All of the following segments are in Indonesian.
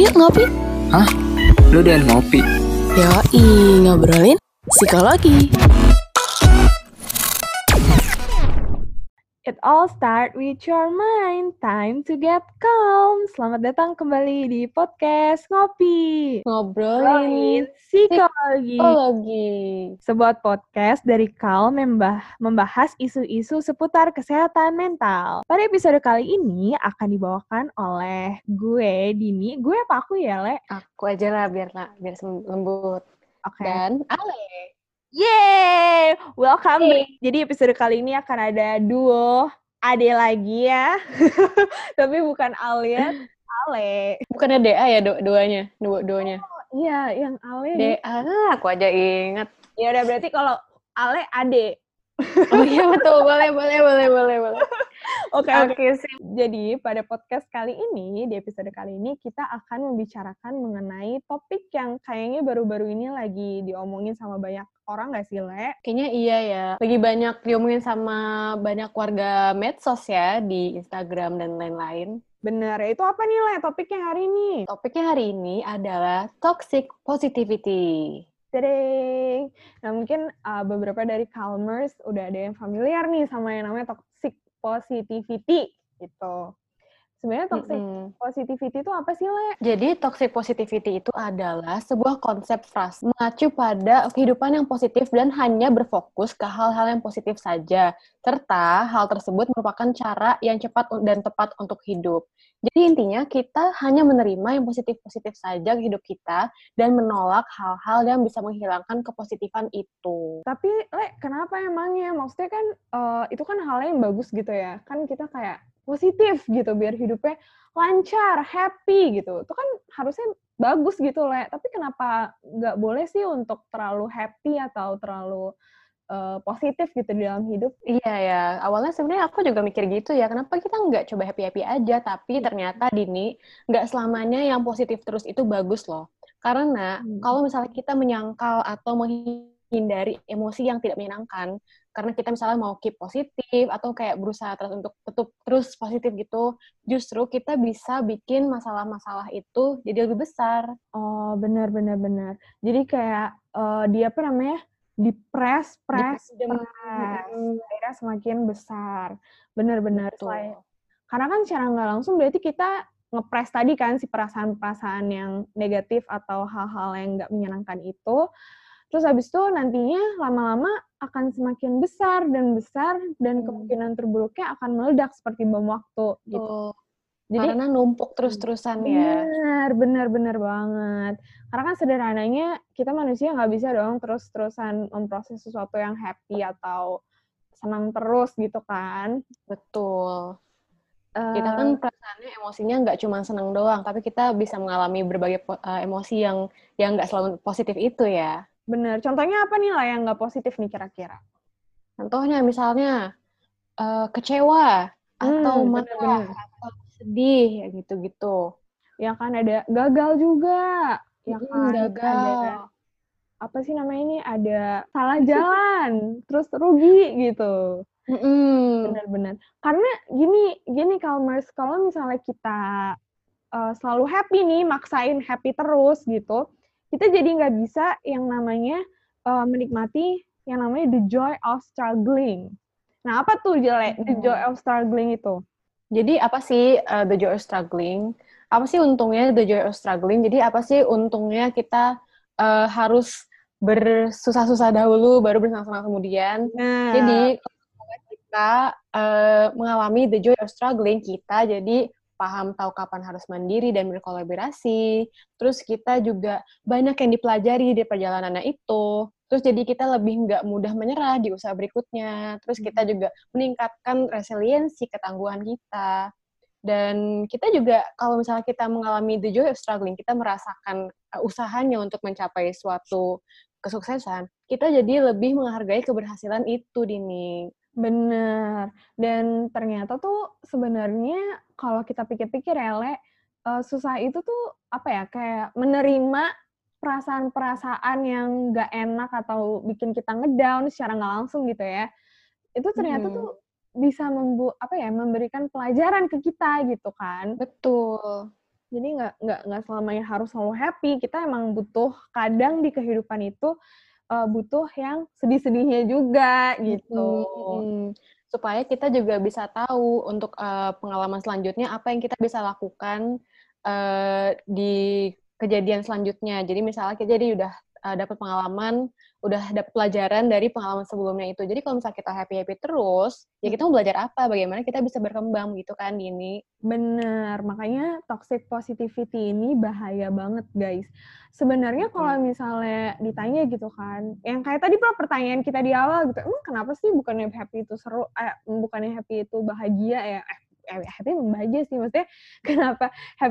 Yuk ngopi. Hah? Lu udah ngopi? Yoi, ngobrolin psikologi. It all start with your mind. Time to get calm. Selamat datang kembali di podcast Ngopi. Ngobrolin Psikologi. Sebuah podcast dari Calm membahas isu-isu seputar kesehatan mental. Pada episode kali ini akan dibawakan oleh gue, Dini. Gue apa aku ya, Le? Aku aja lah biar lembut. Oke. Dan Ale. Yeay! Welcome back. Jadi episode kali ini akan ada duo Ade lagi ya. Tapi bukan Alia, Ale. Bukannya DA ya duanya? Duanya. Iya, yang Ale. DA, aku aja inget. Ya udah berarti kalau Ale Ade. Oh iya betul, boleh. Oke, sih. Jadi pada podcast kali ini, di episode kali ini kita akan membicarakan mengenai topik yang kayaknya baru-baru ini lagi diomongin sama banyak orang gak sih, Le? Kayaknya iya ya. Lagi banyak diomongin sama banyak warga medsos ya di Instagram dan lain-lain. Bener, itu apa nih, Le, topiknya hari ini? Topiknya hari ini adalah toxic positivity. Tadang! Nah, mungkin beberapa dari Calmers udah ada yang familiar nih sama yang namanya toxic positivity gitu. Sebenarnya toxic positivity itu apa sih, Le? Jadi toxic positivity itu adalah sebuah konsep frasa mengacu pada kehidupan yang positif dan hanya berfokus ke hal-hal yang positif saja, serta hal tersebut merupakan cara yang cepat dan tepat untuk hidup. Jadi intinya kita hanya menerima yang positif-positif saja ke hidup kita dan menolak hal-hal yang bisa menghilangkan kepositifan itu. Tapi, Le, kenapa emangnya? Maksudnya kan itu kan hal yang bagus gitu ya. Kan kita kayak positif gitu biar hidupnya lancar, happy gitu. Itu kan harusnya bagus gitu, Le. Tapi kenapa nggak boleh sih untuk terlalu happy atau terlalu positif gitu di dalam hidup? Iya ya, awalnya sebenarnya aku juga mikir gitu ya, kenapa kita nggak coba happy-happy aja, tapi ternyata Dini, nggak selamanya yang positif terus itu bagus loh. Karena kalau misalnya kita menyangkal atau menghindari emosi yang tidak menyenangkan, karena kita misalnya mau keep positif, atau kayak berusaha terus untuk tetap terus positif gitu, justru kita bisa bikin masalah-masalah itu jadi lebih besar. Oh, benar. Jadi kayak dia apa namanya? Dipres, akhirnya semakin besar. Benar-benar. Karena kan secara nggak langsung berarti kita ngepres tadi kan si perasaan-perasaan yang negatif atau hal-hal yang nggak menyenangkan itu. Terus habis itu nantinya lama-lama akan semakin besar dan kemungkinan terburuknya akan meledak seperti bom waktu gitu. Jadi, karena numpuk terus-terusan ya. Benar banget. Karena kan sederhananya kita manusia nggak bisa dong terus-terusan memproses sesuatu yang happy atau senang terus gitu kan. Betul. Kita kan perasaannya, emosinya nggak cuma senang doang, tapi kita bisa mengalami berbagai emosi yang nggak selalu positif itu ya. Bener. Contohnya apa nih lah yang nggak positif nih kira-kira? Contohnya misalnya kecewa atau marah atau sedih ya gitu-gitu. Ya kan ada gagal juga. Ya kan gagal. ada apa sih namanya ini? Ada salah jalan, terus rugi gitu. Benar. Karena gini Calmers, kalau misalnya kita selalu happy nih, maksain happy terus gitu, kita jadi nggak bisa yang namanya menikmati yang namanya the joy of struggling. Nah, apa tuh the joy of struggling itu? Jadi apa sih the joy of struggling? Apa sih untungnya the joy of struggling? Jadi apa sih untungnya kita harus bersusah-susah dahulu baru bersenang-senang kemudian? Jadi kalau kita mengalami the joy of struggling, kita jadi paham tahu kapan harus mandiri dan berkolaborasi. Terus kita juga banyak yang dipelajari di perjalanannya itu. Terus jadi kita lebih nggak mudah menyerah di usaha berikutnya. Terus kita juga meningkatkan resiliensi, ketangguhan kita. Dan kita juga, kalau misalnya kita mengalami the joy of struggling, kita merasakan usahanya untuk mencapai suatu kesuksesan, kita jadi lebih menghargai keberhasilan itu, Dini. Bener. Dan ternyata tuh sebenarnya kalau kita pikir-pikir ya, Le, susah itu tuh apa ya, kayak menerima perasaan-perasaan yang nggak enak atau bikin kita ngedown secara nggak langsung gitu ya. Itu ternyata tuh bisa memberikan pelajaran ke kita gitu kan. Betul. Jadi nggak selamanya harus selalu happy. Kita emang butuh kadang di kehidupan itu butuh yang sedih-sedihnya juga gitu. Supaya kita juga bisa tahu untuk pengalaman selanjutnya apa yang kita bisa lakukan di kejadian selanjutnya. Jadi misalnya kita jadi udah dapat pengalaman, udah dapat pelajaran dari pengalaman sebelumnya itu. Jadi kalau misalnya kita happy-happy terus, ya kita mau belajar apa? Bagaimana kita bisa berkembang gitu kan, Dini? Bener, makanya toxic positivity ini bahaya banget, guys. Sebenarnya kalau misalnya ditanya gitu kan, yang kayak tadi pertanyaan kita di awal gitu, emang kenapa sih bukannya happy itu seru, bukannya happy itu bahagia ya? Happy memang bahagia sih, maksudnya kenapa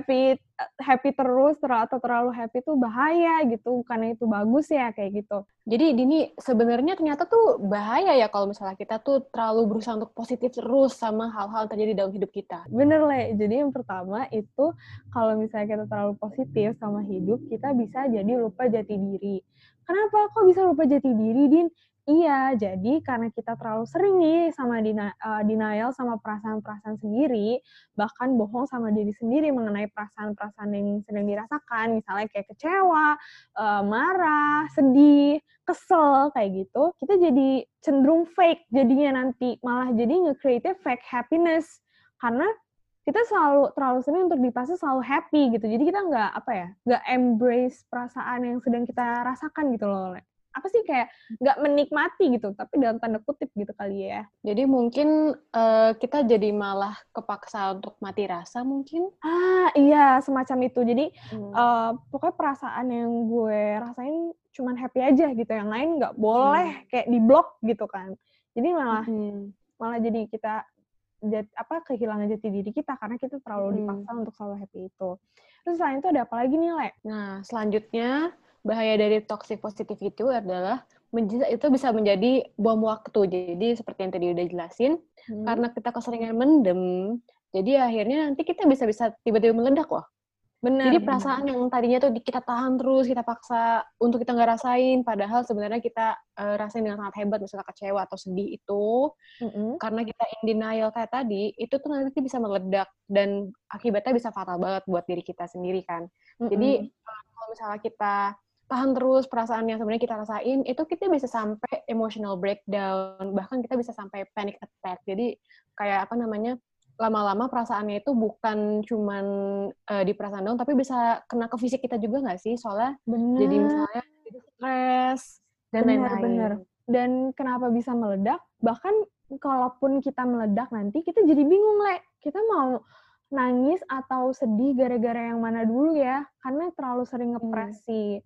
happy terus atau terlalu happy itu bahaya gitu, bukannya itu bagus ya kayak gitu. Jadi Dini, sebenarnya ternyata tuh bahaya ya kalau misalnya kita tuh terlalu berusaha untuk positif terus sama hal-hal yang terjadi dalam hidup kita. Bener, Le. Jadi yang pertama itu kalau misalnya kita terlalu positif sama hidup, kita bisa jadi lupa jati diri. Kenapa? Kok bisa lupa jati diri, Din? Iya, jadi karena kita terlalu sering nih sama denial sama perasaan-perasaan sendiri, bahkan bohong sama diri sendiri mengenai perasaan-perasaan yang sedang dirasakan, misalnya kayak kecewa, marah, sedih, kesel, kayak gitu, kita jadi cenderung fake jadinya nanti, malah jadi nge-create fake happiness. Karena kita terlalu sering untuk dipaksa selalu happy gitu. Jadi kita nggak embrace perasaan yang sedang kita rasakan gitu loh. Apa sih kayak nggak menikmati gitu, tapi dalam tanda kutip gitu kali ya. Jadi mungkin kita jadi malah kepaksa untuk mati rasa mungkin. Iya, semacam itu. Jadi pokoknya perasaan yang gue rasain cuman happy aja gitu. Yang lain nggak boleh kayak di-block gitu kan. Jadi malah jadi kita kehilangan jati diri kita karena kita terlalu dipaksa untuk selalu happy itu. Terus selain itu ada apa lagi nih, Le? Nah, selanjutnya bahaya dari toxic positivity itu adalah itu bisa menjadi bom waktu. Jadi seperti yang tadi udah jelasin, karena kita keseringan mendem, jadi akhirnya nanti kita bisa tiba-tiba meledak loh. Jadi perasaan yang tadinya tuh kita tahan terus, kita paksa untuk kita nggak rasain, padahal sebenarnya kita rasain dengan sangat hebat, misalnya kecewa atau sedih itu, karena kita in denial kayak tadi, itu tuh nanti bisa meledak, dan akibatnya bisa fatal banget buat diri kita sendiri kan. Jadi kalau misalnya kita tahan terus perasaan yang sebenarnya kita rasain, itu kita bisa sampai emotional breakdown, bahkan kita bisa sampai panic attack. Jadi kayak lama-lama perasaannya itu bukan cuman di perasaan doang, tapi bisa kena ke fisik kita juga nggak sih? Soalnya jadi misalnya jadi stres dan lain-lain. Bener. Dan kenapa bisa meledak? Bahkan kalaupun kita meledak nanti, kita jadi bingung, Le. Kita mau nangis atau sedih gara-gara yang mana dulu ya? Karena terlalu sering ngepresi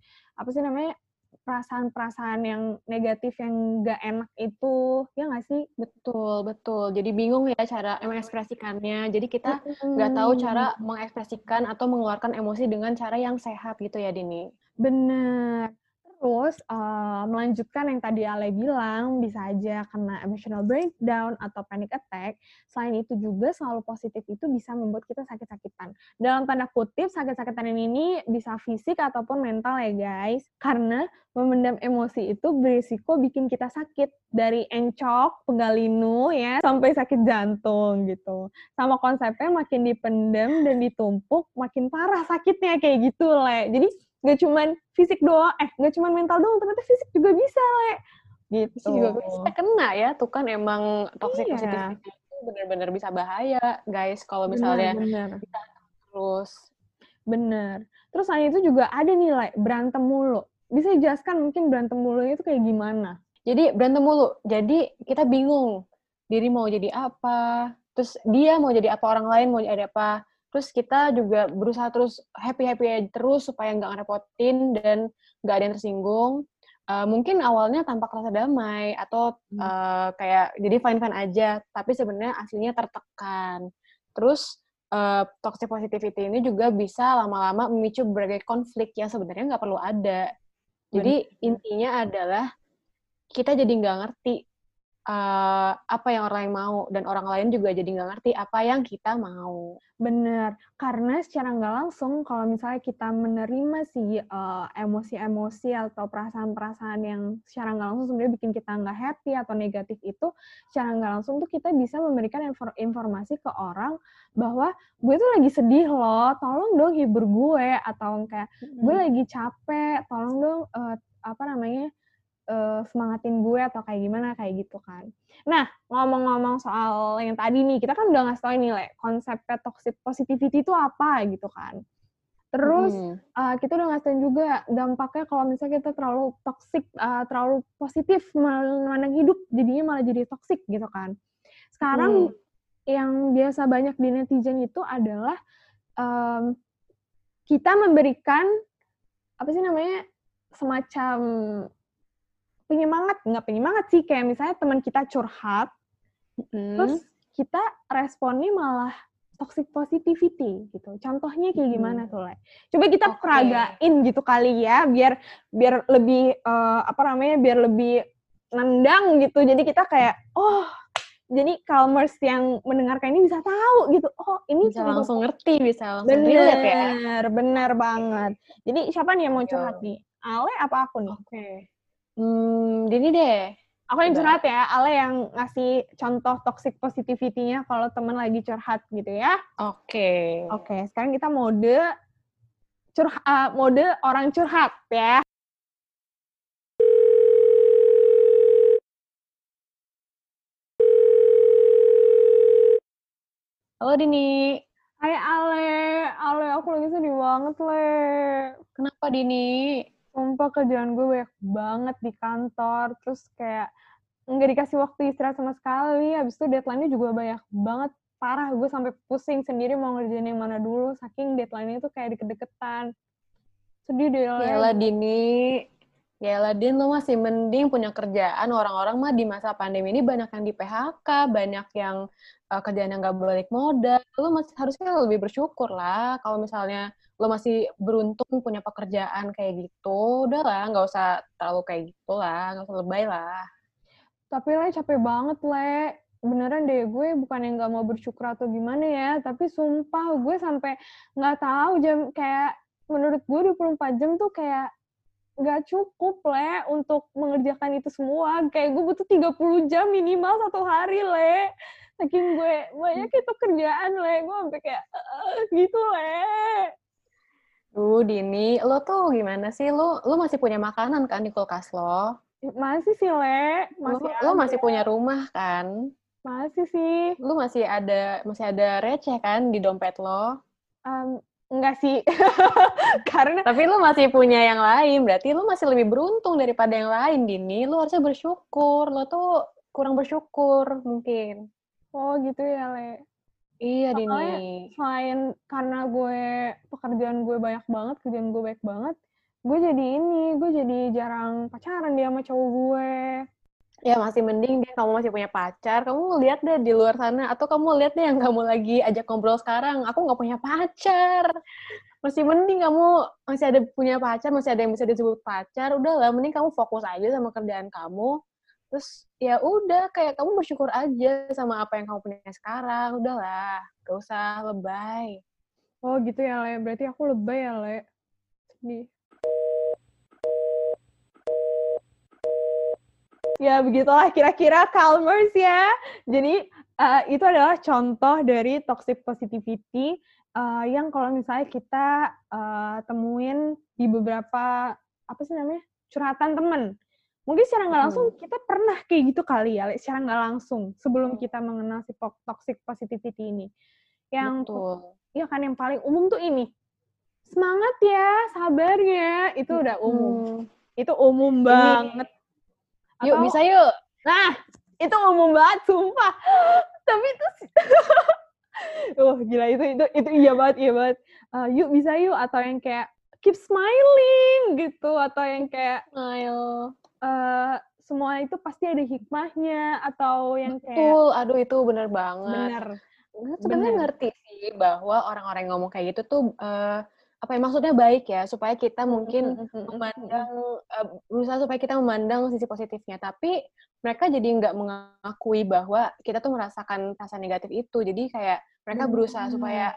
perasaan-perasaan yang negatif yang nggak enak itu, ya nggak sih? Betul. Jadi bingung ya cara mengekspresikannya. Jadi kita nggak tahu cara mengekspresikan atau mengeluarkan emosi dengan cara yang sehat gitu ya, Dini? Bener. Terus, melanjutkan yang tadi Ale bilang, bisa aja kena emotional breakdown atau panic attack. Selain itu juga selalu positif itu bisa membuat kita sakit-sakitan. Dalam tanda kutip, sakit-sakitan ini bisa fisik ataupun mental ya guys. Karena memendam emosi itu berisiko bikin kita sakit. Dari encok, pegal linu ya, sampai sakit jantung gitu. Sama konsepnya makin dipendam dan ditumpuk, makin parah sakitnya kayak gitu, Le. Jadi, nggak cuman fisik doang, nggak cuman mental doang, ternyata fisik juga bisa, Le. Gitu. Fisik juga bisa kena ya, tuh kan emang toxic positivity itu benar-benar bisa bahaya, guys, kalau misalnya kita terus. Bener. Terus selain itu juga ada nih, Le, berantem mulu. Bisa dijelaskan mungkin berantem mulu itu kayak gimana? Jadi berantem mulu, jadi kita bingung, diri mau jadi apa, terus dia mau jadi apa, orang lain mau jadi apa. Terus kita juga berusaha terus happy-happy terus supaya nggak ngerepotin dan nggak ada yang tersinggung. Mungkin awalnya tampak rasa damai atau kayak jadi fine-fine aja, tapi sebenarnya aslinya tertekan. Terus toxic positivity ini juga bisa lama-lama memicu berbagai konflik yang sebenarnya nggak perlu ada. Jadi intinya adalah kita jadi nggak ngerti apa yang orang lain mau, dan orang lain juga jadi nggak ngerti apa yang kita mau. Bener, karena secara nggak langsung kalau misalnya kita menerima emosi-emosi atau perasaan-perasaan yang secara nggak langsung sebenarnya bikin kita nggak happy atau negatif itu, secara nggak langsung tuh kita bisa memberikan informasi ke orang bahwa gue tuh lagi sedih loh, tolong dong hibur gue, atau kayak gue lagi capek, tolong dong semangatin gue atau kayak gimana, kayak gitu kan. Nah, ngomong-ngomong soal yang tadi nih, kita kan udah ngasih tau nih, Le, konsepnya toxic positivity itu apa gitu kan. Terus kita udah ngasih tau juga dampaknya kalau misalnya kita terlalu toxic, terlalu positif memandang hidup, jadinya malah jadi toxic gitu kan. Sekarang yang biasa banyak di netizen itu adalah kita memberikan semacam nggak penyemangat sih, kayak misalnya teman kita curhat, terus kita responnya malah toxic positivity gitu. Contohnya kayak gimana tuh, Le? Coba kita peragain gitu kali ya, biar lebih biar lebih nendang gitu. Jadi kita kayak jadi Calmers yang mendengarkan ini bisa tahu gitu. Oh, ini bisa langsung ngerti, bisa langsung relate ya. Bener banget. Jadi siapa nih yang mau curhat nih? Ale apa aku nih? Oke. Gini deh. Aku yang curhat ya, Ale yang ngasih contoh toxic positivity-nya kalau temen lagi curhat gitu ya. Oke, sekarang kita mode orang curhat ya. Halo Dini. Hai Ale aku lagi sedih banget, Le. Kenapa Dini? Sumpah kerjaan gue banyak banget di kantor, terus kayak nggak dikasih waktu istirahat sama sekali, habis itu deadline-nya juga banyak banget, parah, gue sampai pusing sendiri mau ngerjain yang mana dulu, saking deadline-nya tuh kayak deket-deketan. Sedih deh, Le. Yalah, Din, lo masih mending punya kerjaan. Orang-orang mah di masa pandemi ini banyak yang di PHK, banyak yang kerjaan yang nggak balik modal. Lo masih harusnya lebih bersyukur lah. Kalau misalnya lo masih beruntung punya pekerjaan kayak gitu, udahlah, nggak usah terlalu kayak gitu lah, nggak usah lebay lah. Tapi Le, capek banget, Le. Beneran deh, gue bukan yang nggak mau bersyukur atau gimana ya, tapi sumpah gue sampai nggak tahu kayak menurut gue 24 jam tuh kayak nggak cukup, Le, untuk mengerjakan itu semua. Kayak gue butuh 30 jam minimal satu hari, Le. Saking gue banyak itu kerjaan, Le. Gue sampai kayak gitu, Le. Dini, lo tuh gimana sih? Lo masih punya makanan kan di kulkas lo? Masih sih, Le. Lo masih punya rumah kan? Masih sih. Lo masih ada receh kan di dompet lo? Enggak sih. Karena tapi lo masih punya yang lain, berarti lo masih lebih beruntung daripada yang lain, Dini. Lo harusnya bersyukur. Lo tuh kurang bersyukur mungkin. Oh gitu ya, Le. Iya, Soalnya Dini. selain karena pekerjaan gue banyak banget, kerjaan gue banyak banget, gue jadi jarang pacaran dia sama cowok gue. Ya masih mending deh kamu masih punya pacar. Kamu lihat deh di luar sana, atau kamu lihat deh yang kamu lagi ajak ngobrol sekarang. Aku nggak punya pacar. Masih mending kamu masih ada punya pacar, masih ada yang bisa disebut pacar. Udahlah, mending kamu fokus aja sama kerjaan kamu. Terus ya udah, kayak kamu bersyukur aja sama apa yang kamu punya sekarang. Udahlah, gak usah lebay. Oh gitu ya, Le. Berarti aku lebay ya, Le. Sedih. Ya begitulah kira-kira Calmers ya. Jadi itu adalah contoh dari toxic positivity yang kalau misalnya kita temuin di beberapa curhatan temen. Mungkin secara nggak langsung kita pernah kayak gitu kali ya, secara nggak langsung sebelum kita mengenal si toxic positivity ini. Yang ya kan yang paling umum tuh ini, semangat ya, sabar ya, itu udah umum. Itu umum banget. Yuk, bisa yuk. Nah, itu umum banget, sumpah. Tapi itu gila, itu iya banget. Yuk, bisa yuk. Atau yang kayak, keep smiling, gitu. Atau yang kayak, smile. Semua itu pasti ada hikmahnya. Atau yang kayak... Betul, aduh itu bener banget. Bener. Sebenarnya ngerti sih bahwa orang-orang yang ngomong kayak gitu tuh apa ya, maksudnya baik ya, supaya kita mungkin berusaha supaya kita memandang sisi positifnya. Tapi mereka jadi nggak mengakui bahwa kita tuh merasakan perasaan negatif itu. Jadi kayak mereka berusaha supaya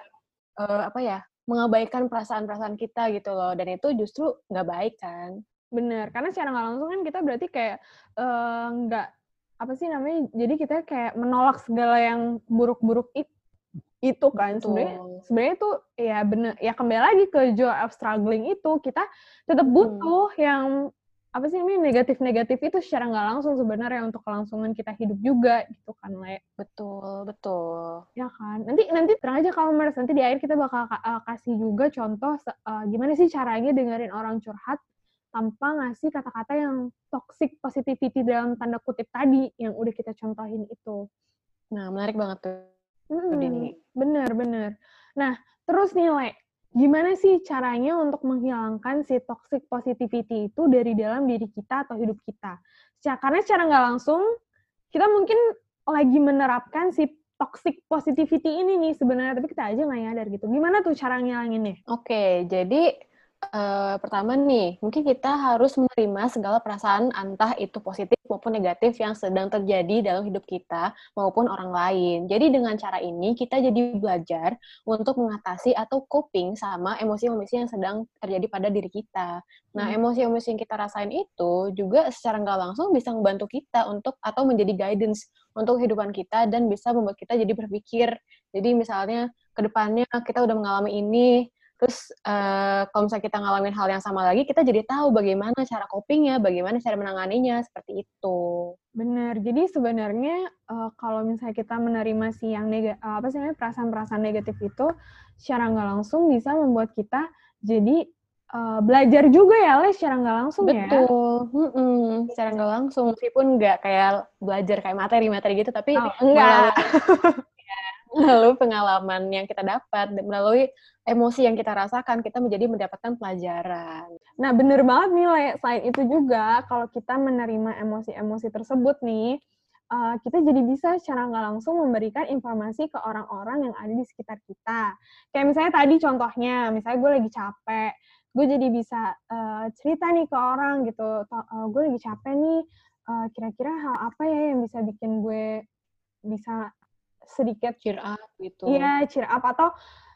mengabaikan perasaan-perasaan kita gitu loh. Dan itu justru nggak baik kan. Bener, karena secara nggak langsung kan kita berarti kayak nggak apa sih namanya, jadi kita kayak menolak segala yang buruk-buruk itu kan. Sebenarnya tuh ya bener, ya kembali lagi ke joy of struggling itu, kita tetap butuh yang apa sih namanya, negatif-negatif itu secara nggak langsung sebenarnya untuk kelangsungan kita hidup juga gitu kan, Le. Betul. Ya kan. Nanti terang aja kalau nanti di akhir kita bakal kasih juga contoh gimana sih caranya dengerin orang curhat tanpa ngasih kata-kata yang toxic positivity dalam tanda kutip tadi yang udah kita contohin itu. Nah, menarik banget tuh. Bener. Nah, terus nih, Le, gimana sih caranya untuk menghilangkan si toxic positivity itu dari dalam diri kita atau hidup kita? Karena secara nggak langsung, kita mungkin lagi menerapkan si toxic positivity ini nih sebenarnya, tapi kita aja nggak nyadar gitu. Gimana tuh cara ngilanginnya? Oke, jadi pertama nih, mungkin kita harus menerima segala perasaan entah itu positif maupun negatif yang sedang terjadi dalam hidup kita maupun orang lain. Jadi dengan cara ini kita jadi belajar untuk mengatasi atau coping sama emosi-emosi yang sedang terjadi pada diri kita. Nah, emosi-emosi yang kita rasain itu juga secara nggak langsung bisa membantu kita untuk atau menjadi guidance untuk kehidupan kita dan bisa membuat kita jadi berpikir. Jadi misalnya ke depannya kita udah mengalami ini, terus kalau misalnya kita ngalamin hal yang sama lagi, kita jadi tahu bagaimana cara copingnya, bagaimana cara menanganinya, seperti itu. Benar. Jadi sebenarnya kalau misalnya kita menerima si yang perasaan-perasaan negatif itu, secara nggak langsung bisa membuat kita jadi belajar juga ya, Le, secara nggak langsung. Betul. Ya. Secara nggak langsung, meskipun nggak kayak belajar kayak materi-materi gitu, tapi enggak. Melalui pengalaman yang kita dapat, melalui emosi yang kita rasakan, kita mendapatkan pelajaran. Nah, bener banget nih, Le. Selain itu juga, kalau kita menerima emosi-emosi tersebut nih, kita jadi bisa secara nggak langsung memberikan informasi ke orang-orang yang ada di sekitar kita. Kayak misalnya tadi contohnya, misalnya gue lagi capek, gue jadi bisa cerita nih ke orang gitu, gue lagi capek nih, kira-kira hal apa ya yang bisa bikin gue bisa sedikit cheer up gitu. Iya, cheer up, atau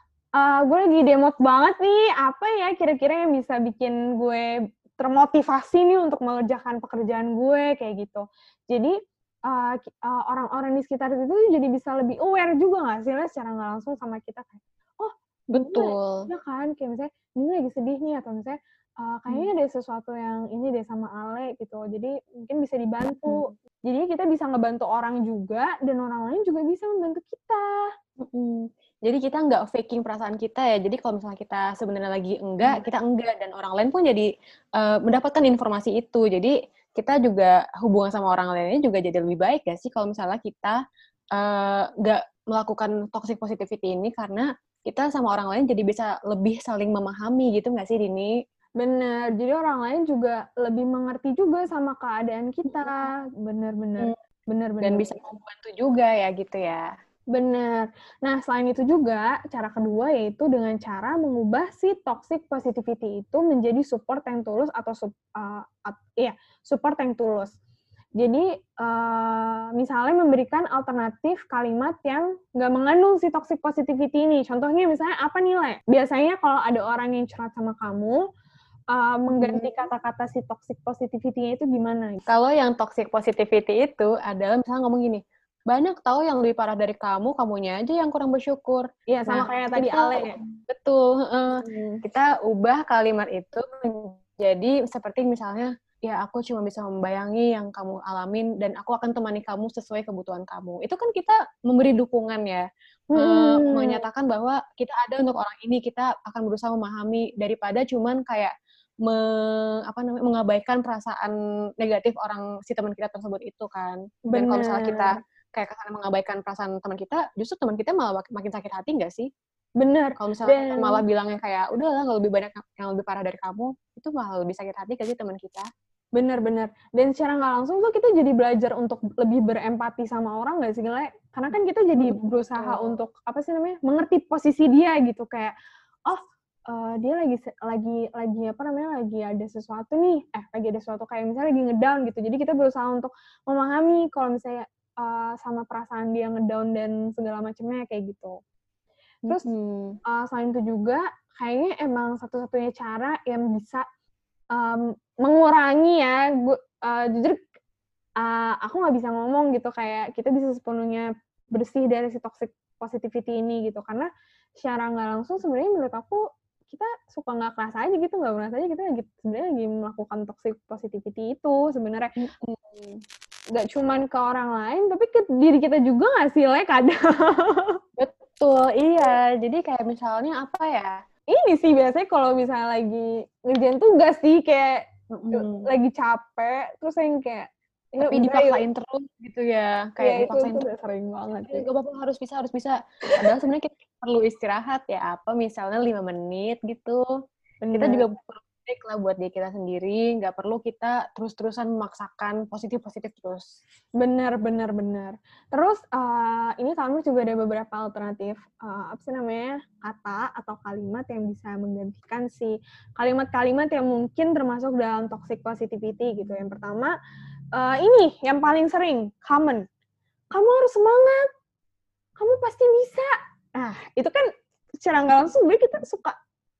gue lagi demot banget nih, apa ya kira-kira yang bisa bikin gue termotivasi nih untuk mengerjakan pekerjaan gue, kayak gitu. Jadi orang-orang di sekitar itu jadi bisa lebih aware juga nggak sih, Le, secara nggak langsung sama kita kayak, oh betul, ya kan, kayak misalnya ini lagi sedih nih, atau misalnya kayaknya ada sesuatu yang ini deh sama Ale gitu, jadi mungkin bisa dibantu. Jadi kita bisa ngebantu orang juga, dan orang lain juga bisa membantu kita. Jadi kita nggak faking perasaan kita ya. Jadi kalau misalnya kita sebenarnya lagi enggak, kita enggak, dan orang lain pun jadi mendapatkan informasi itu. Jadi kita juga hubungan sama orang lainnya juga jadi lebih baik ya sih kalau misalnya kita nggak melakukan toxic positivity ini, karena kita sama orang lain jadi bisa lebih saling memahami gitu nggak sih, Dini? Bener, jadi orang lain juga lebih mengerti juga sama keadaan kita. Bener. Dan bisa membantu juga ya gitu ya. Bener. Nah, selain itu juga, cara kedua yaitu dengan cara mengubah si toxic positivity itu menjadi support yang tulus atau support yang tulus. Jadi, misalnya memberikan alternatif kalimat yang nggak mengandung si toxic positivity ini. Contohnya misalnya apa nih, Le? Biasanya kalau ada orang yang curhat sama kamu, mengganti kata-kata si toxic positivity-nya itu gimana? Kalau yang toxic positivity itu adalah misalnya ngomong gini, banyak tahu yang lebih parah dari kamu, kamunya aja yang kurang bersyukur. Iya, sama kayak tadi Ale. Betul. Kita ubah kalimat itu menjadi seperti misalnya, ya aku cuma bisa membayangi yang kamu alamin, dan aku akan temani kamu sesuai kebutuhan kamu. Itu kan kita memberi dukungan ya. Menyatakan bahwa kita ada untuk orang ini, kita akan berusaha memahami, daripada cuman kayak mengabaikan perasaan negatif si teman kita tersebut itu kan. Dan kalau misalnya kita kayak kesana mengabaikan perasaan teman kita, justru teman kita malah makin sakit hati nggak sih? Bener. Kalau misalnya kita malah bilangnya kayak, udahlah nggak lebih banyak yang lebih parah dari kamu, itu malah lebih sakit hati nggak sih teman kita? Bener. Dan secara nggak langsung tuh kita jadi belajar untuk lebih berempati sama orang nggak sih, Le? Karena kan kita jadi berusaha untuk mengerti posisi dia gitu, kayak dia lagi apa namanya, lagi ada sesuatu nih, lagi ada sesuatu kayak misalnya lagi ngedown gitu. Jadi kita berusaha untuk memahami kalau misalnya sama perasaan dia ngedown dan segala macamnya kayak gitu. Terus selain itu juga kayaknya emang satu-satunya cara yang bisa mengurangi ya, jujur aku nggak bisa ngomong gitu kayak kita bisa sepenuhnya bersih dari si toxic positivity ini gitu, karena secara nggak langsung sebenarnya menurut aku kita suka nggak kerasa aja gitu, nggak merasa aja kita sebenarnya lagi melakukan toxic positivity itu sebenarnya. Nggak cuman ke orang lain, tapi ke diri kita juga nggak sih, Le, kadang. Betul, iya. Jadi kayak misalnya apa ya? Ini sih biasanya kalau misalnya lagi ngerjain tugas sih, kayak lagi capek, terus yang kayak tapi dipaksain terus gitu ya, kayak dipaksain itu udah sering banget sih. Gak apa-apa, harus bisa. Padahal sebenarnya kita perlu istirahat ya, misalnya 5 menit gitu. Bener. Kita juga perlu break lah buat diri kita sendiri, nggak perlu kita terus-terusan memaksakan positif terus. Benar. Terus ini kamu juga ada beberapa alternatif apa sih namanya, kata atau kalimat yang bisa menggantikan si kalimat-kalimat yang mungkin termasuk dalam toxic positivity gitu. Yang pertama ini yang paling sering common, kamu harus semangat, kamu pasti bisa. Nah itu kan secara nggak langsung kita suka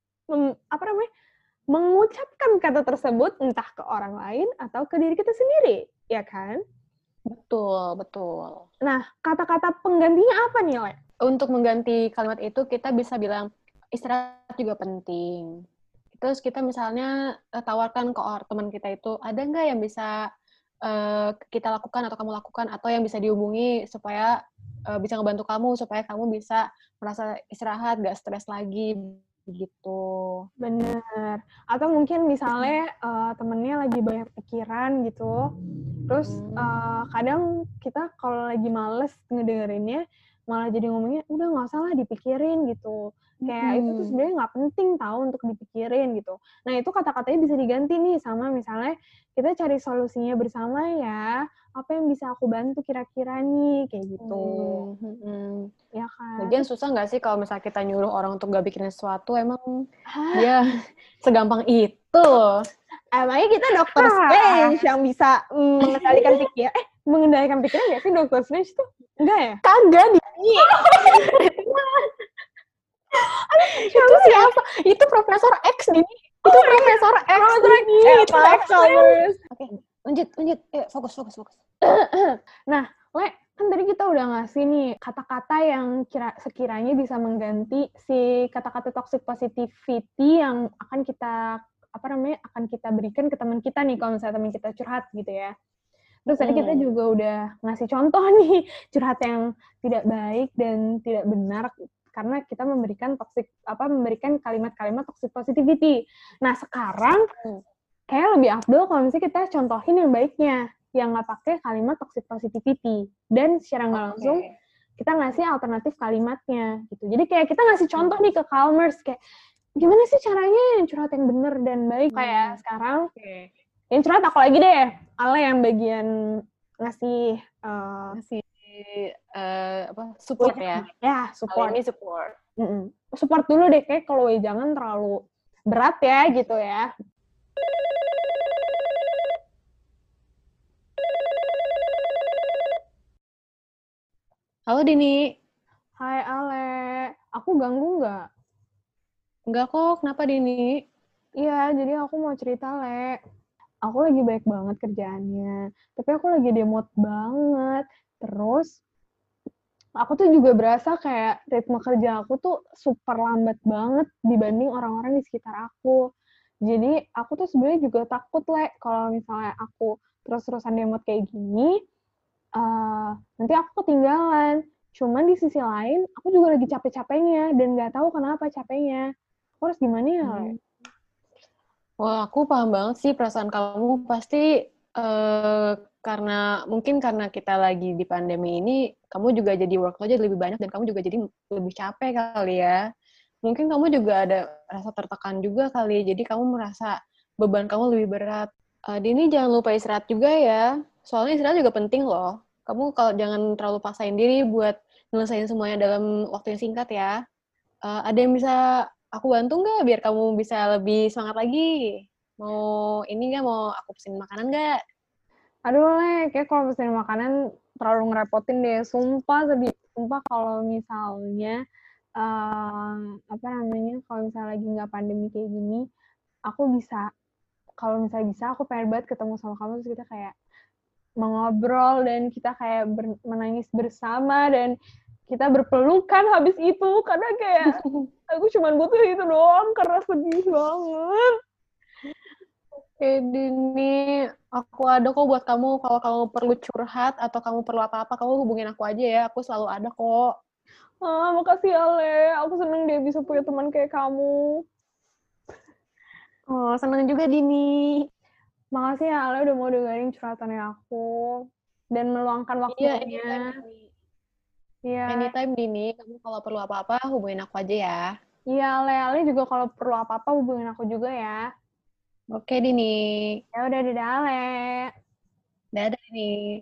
mengucapkan kata tersebut entah ke orang lain atau ke diri kita sendiri, ya kan? Betul. Nah, kata-kata penggantinya apa nih, Le? Untuk mengganti kalimat itu, kita bisa bilang, istirahat juga penting. Terus kita misalnya tawarkan ke teman kita itu, ada nggak yang bisa kita lakukan atau kamu lakukan, atau yang bisa dihubungi supaya bisa ngebantu kamu, supaya kamu bisa merasa istirahat, nggak stres lagi, gitu. Bener. Atau mungkin misalnya temennya lagi banyak pikiran gitu, terus kadang kita kalau lagi males ngedengerinnya, malah jadi ngomongnya, udah nggak usah lah dipikirin gitu. Kayak itu tuh sebenarnya nggak penting tahu untuk dipikirin gitu. Nah itu kata-katanya bisa diganti nih sama misalnya kita cari solusinya bersama ya. Apa yang bisa aku bantu kira-kira nih kayak gitu. Ya kan. Lagian susah nggak sih kalau misalnya kita nyuruh orang untuk nggak bikin sesuatu, emang dia segampang itu. Emangnya kita Dr. Strange yang bisa mengendalikan pikiran? Mengendalikan pikiran nggak sih Dr. Strange tuh? Enggak ya? Kagak, itu siapa? Itu Profesor X, Dini. Itu Profesor X. Oke, lanjut. Fokus. Nah, Le, kan tadi kita udah ngasih nih kata-kata yang sekiranya bisa mengganti si kata-kata toxic positivity yang akan kita berikan ke teman kita nih kalau misalnya teman kita curhat gitu ya. Terus tadi kita juga udah ngasih contoh nih curhat yang tidak baik dan tidak benar karena kita memberikan kalimat-kalimat toxic positivity. Nah, sekarang kayak lebih afdol kalau misalnya kita contohin yang baiknya, yang nggak pakai kalimat toxic positivity. Dan secara nggak langsung kita ngasih alternatif kalimatnya gitu. Jadi kayak kita ngasih contoh nih ke Calmers, kayak gimana sih caranya yang curhat yang benar dan baik. Kayak sekarang yang curhat aku lagi deh, Ale yang bagian ngasih support ya. Ya, support. Ini support. Support dulu deh, kayak kalau jangan terlalu berat ya gitu ya. Halo Dini. Hai Ale, aku ganggu nggak? Enggak kok, kenapa Dini? Iya, jadi aku mau cerita, Le. Aku lagi baik banget kerjaannya, tapi aku lagi demot banget. Terus, aku tuh juga berasa kayak ritme kerja aku tuh super lambat banget dibanding orang-orang di sekitar aku. Jadi, aku tuh sebenarnya juga takut, Le, kalau misalnya aku terus-terusan demot kayak gini, nanti aku ketinggalan. Cuman di sisi lain, aku juga lagi capek-capeknya dan nggak tahu kenapa capeknya. Aku harus gimana ya, Le? Wah, aku paham banget sih perasaan kamu. Pasti karena kita lagi di pandemi ini, kamu juga jadi workload lebih banyak dan kamu juga jadi lebih capek kali ya. Mungkin kamu juga ada rasa tertekan juga kali, jadi kamu merasa beban kamu lebih berat. Dini jangan lupa istirahat juga ya, soalnya istirahat juga penting loh. Kamu kalau jangan terlalu paksain diri buat nyelesain semuanya dalam waktu yang singkat ya. Ada yang bisa aku bantu nggak biar kamu bisa lebih semangat lagi? Mau ini nggak? Mau aku pesenin makanan nggak? Aduh, Le, kayak kalau pesenin makanan terlalu ngerepotin deh. Sumpah sedih. Sumpah kalau misalnya, apa namanya, kalau misalnya lagi nggak pandemi kayak gini, aku bisa, kalau misalnya bisa, aku pengen banget ketemu sama kamu, terus kita kayak mengobrol, dan kita kayak menangis bersama, dan kita berpelukan habis itu, karena kayak aku cuma butuh itu doang, karena sedih banget. Dini, aku ada kok buat kamu. Kalau kamu perlu curhat atau kamu perlu apa-apa, kamu hubungin aku aja ya. Aku selalu ada kok. Makasih ya, Le. Aku seneng deh bisa punya teman kayak kamu. Oh, seneng juga, Dini. Makasih ya, Ale, udah mau dengerin curhatannya aku. Dan meluangkan Iya, anytime, waktunya. Dini. Iya, Anytime, Dini. Kamu kalau perlu apa-apa, hubungin aku aja ya. iya, Ale. Ale juga kalau perlu apa-apa hubungin aku juga ya. Oke, Dini. Ya udah, dadah, Ale. Dadah, Dini.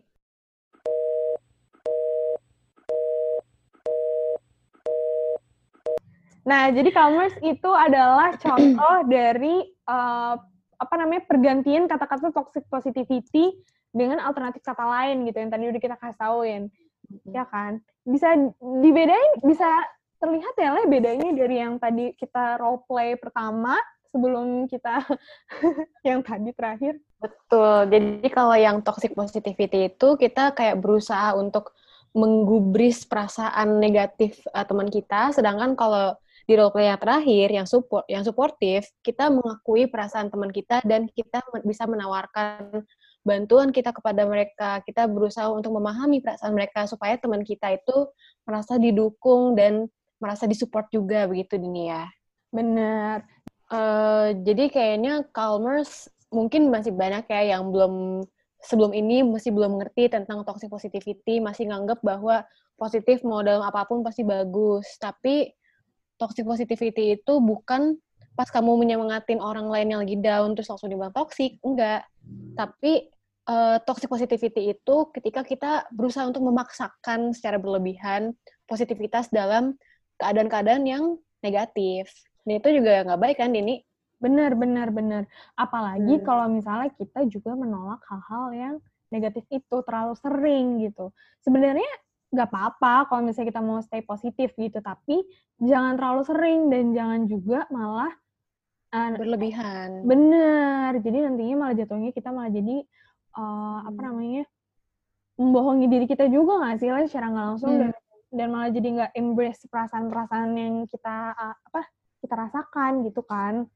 Nah, jadi Calmers itu adalah contoh dari apa namanya, pergantian kata-kata toxic positivity dengan alternatif kata lain gitu, yang tadi udah kita kasih tauin. Ya kan? Bisa dibedain, bisa terlihat ya lah bedanya dari yang tadi kita role play pertama sebelum kita yang tadi terakhir. Betul. Jadi kalau yang toxic positivity itu kita kayak berusaha untuk menggubris perasaan negatif teman kita, sedangkan kalau di role play yang terakhir yang suportif, kita mengakui perasaan teman kita dan kita bisa menawarkan bantuan kita kepada mereka. Kita berusaha untuk memahami perasaan mereka supaya teman kita itu merasa didukung dan merasa disupport juga begitu Dini ya. Bener. Jadi kayaknya Calmers mungkin masih banyak ya yang sebelum ini masih belum ngerti tentang toxic positivity, masih nganggap bahwa positif mau dalam apapun pasti bagus. Tapi toxic positivity itu bukan pas kamu menyemangatin orang lain yang lagi down terus langsung dibilang toxic, enggak. Tapi toxic positivity itu ketika kita berusaha untuk memaksakan secara berlebihan positivitas dalam keadaan-keadaan yang negatif. Dan itu juga nggak baik kan, Dini? Bener. Apalagi kalau misalnya kita juga menolak hal-hal yang negatif itu terlalu sering gitu. Sebenarnya nggak apa-apa kalau misalnya kita mau stay positif gitu, tapi jangan terlalu sering dan jangan juga malah Berlebihan. bener. Jadi nantinya malah jatuhnya kita malah jadi apa namanya, membohongi diri kita juga nggak sih lah secara nggak langsung, dan malah jadi nggak embrace perasaan-perasaan yang kita kita rasakan gitu kan.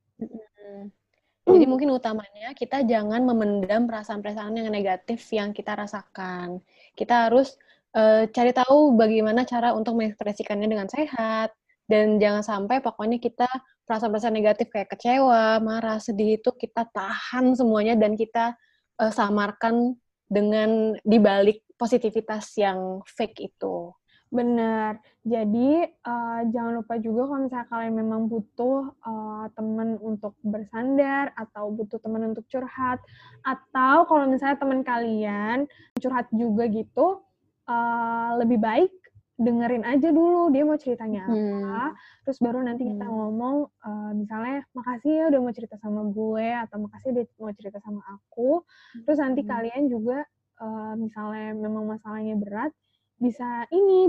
Jadi mungkin utamanya kita jangan memendam perasaan-perasaan yang negatif yang kita rasakan. Kita harus cari tahu bagaimana cara untuk mengekspresikannya dengan sehat. Dan jangan sampai pokoknya kita perasaan-perasaan negatif kayak kecewa, marah, sedih itu kita tahan semuanya dan kita samarkan dengan dibalik positivitas yang fake itu. Bener. Jadi jangan lupa juga kalau misalnya kalian memang butuh teman untuk bersandar atau butuh teman untuk curhat, atau kalau misalnya teman kalian curhat juga gitu, lebih baik dengerin aja dulu dia mau ceritanya apa, terus baru nanti kita ngomong, misalnya makasih ya udah mau cerita sama gue, atau makasih udah mau cerita sama aku. Terus nanti kalian juga misalnya memang masalahnya berat, bisa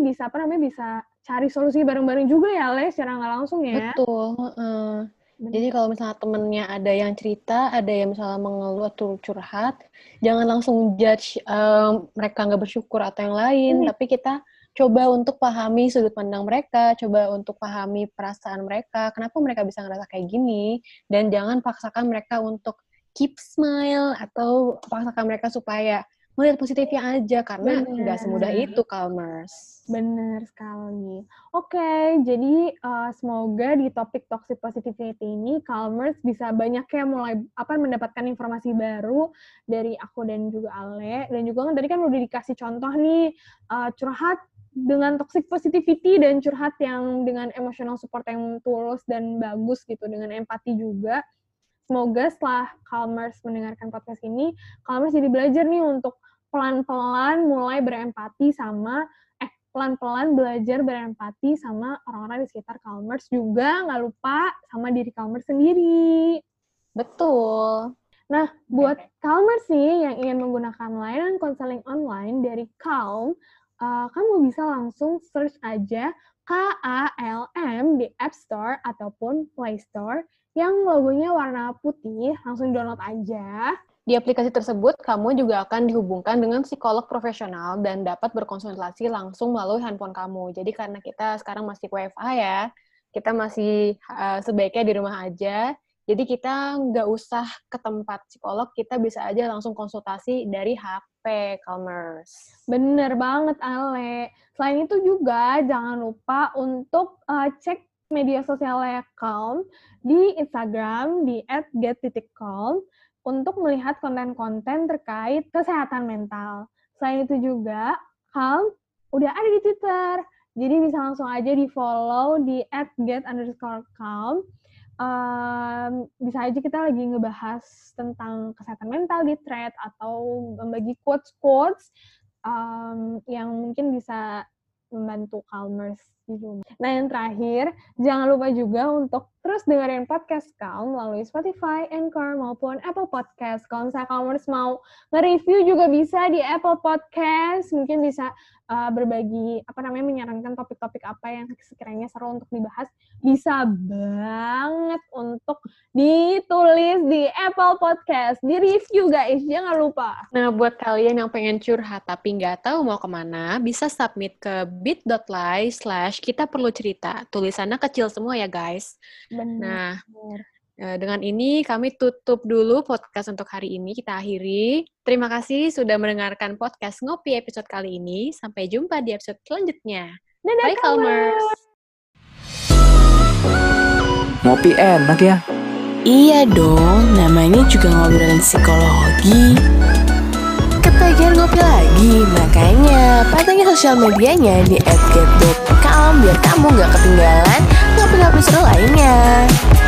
cari solusi bareng-bareng juga ya, Le, secara nggak langsung ya. Betul. Jadi kalau misalnya temennya ada yang cerita, ada yang misalnya mengeluh atau curhat, jangan langsung judge mereka nggak bersyukur atau yang lain, tapi kita coba untuk pahami sudut pandang mereka, coba untuk pahami perasaan mereka, kenapa mereka bisa ngerasa kayak gini, dan jangan paksakan mereka untuk keep smile atau paksakan mereka supaya melihat positifnya aja, karena nggak semudah itu, Calmers. Benar sekali. Oke, jadi semoga di topik toxic positivity ini Calmers bisa banyak ya mulai mendapatkan informasi baru dari aku dan juga Ale, dan juga kan tadi kan udah dikasih contoh nih curhat dengan toxic positivity dan curhat yang dengan emotional support yang tulus dan bagus gitu, dengan empati juga. Semoga setelah Calmers mendengarkan podcast ini, Calmers jadi belajar nih untuk pelan-pelan mulai berempati sama pelan-pelan belajar berempati sama orang-orang di sekitar Calmers, juga nggak lupa sama diri Calmers sendiri. Betul. Nah, buat Calmers nih yang ingin menggunakan layanan konseling online dari Calm, kamu bisa langsung search aja KALM di App Store ataupun Play Store yang logonya warna putih, langsung download aja. Di aplikasi tersebut, kamu juga akan dihubungkan dengan psikolog profesional dan dapat berkonsultasi langsung melalui handphone kamu. Jadi karena kita sekarang masih WFH ya, kita masih sebaiknya di rumah aja. Jadi kita nggak usah ke tempat psikolog, kita bisa aja langsung konsultasi dari HP, Calmers. Bener banget, Ale. Selain itu juga jangan lupa untuk cek media sosialnya Calm di Instagram di @get.calm untuk melihat konten-konten terkait kesehatan mental. Selain itu juga, Calm udah ada di Twitter. Jadi bisa langsung aja di-follow di @get_calm. Bisa aja kita lagi ngebahas tentang kesehatan mental di thread atau membagi quotes-quotes yang mungkin bisa membantu Calmers di rumah. Nah, yang terakhir, jangan lupa juga untuk terus dengerin podcast Calm melalui Spotify, Anchor, maupun Apple Podcast. Kalau misalnya Calmers mau nge-review juga bisa di Apple Podcast. Mungkin bisa berbagi, menyarankan topik-topik apa yang sekiranya seru untuk dibahas. Bisa banget untuk ditulis di Apple Podcast. Di-review, guys. Jangan lupa. Nah, buat kalian yang pengen curhat tapi nggak tahu mau kemana, bisa submit ke bit.ly/kita perlu cerita. Tulisannya kecil semua ya, guys. Benar. Nah, dengan ini kami tutup dulu podcast untuk hari ini, kita akhiri. Terima kasih sudah mendengarkan podcast Ngopi episode kali ini. Sampai jumpa di episode selanjutnya. Dadah, Bye, Calmers! Ngopi enak ya? Iya dong, namanya juga ngobrolin psikologi. Ketagihan ngopi lagi, makanya pantengin sosial medianya di @get.calm biar kamu gak ketinggalan ngopi-ngopi seru lainnya.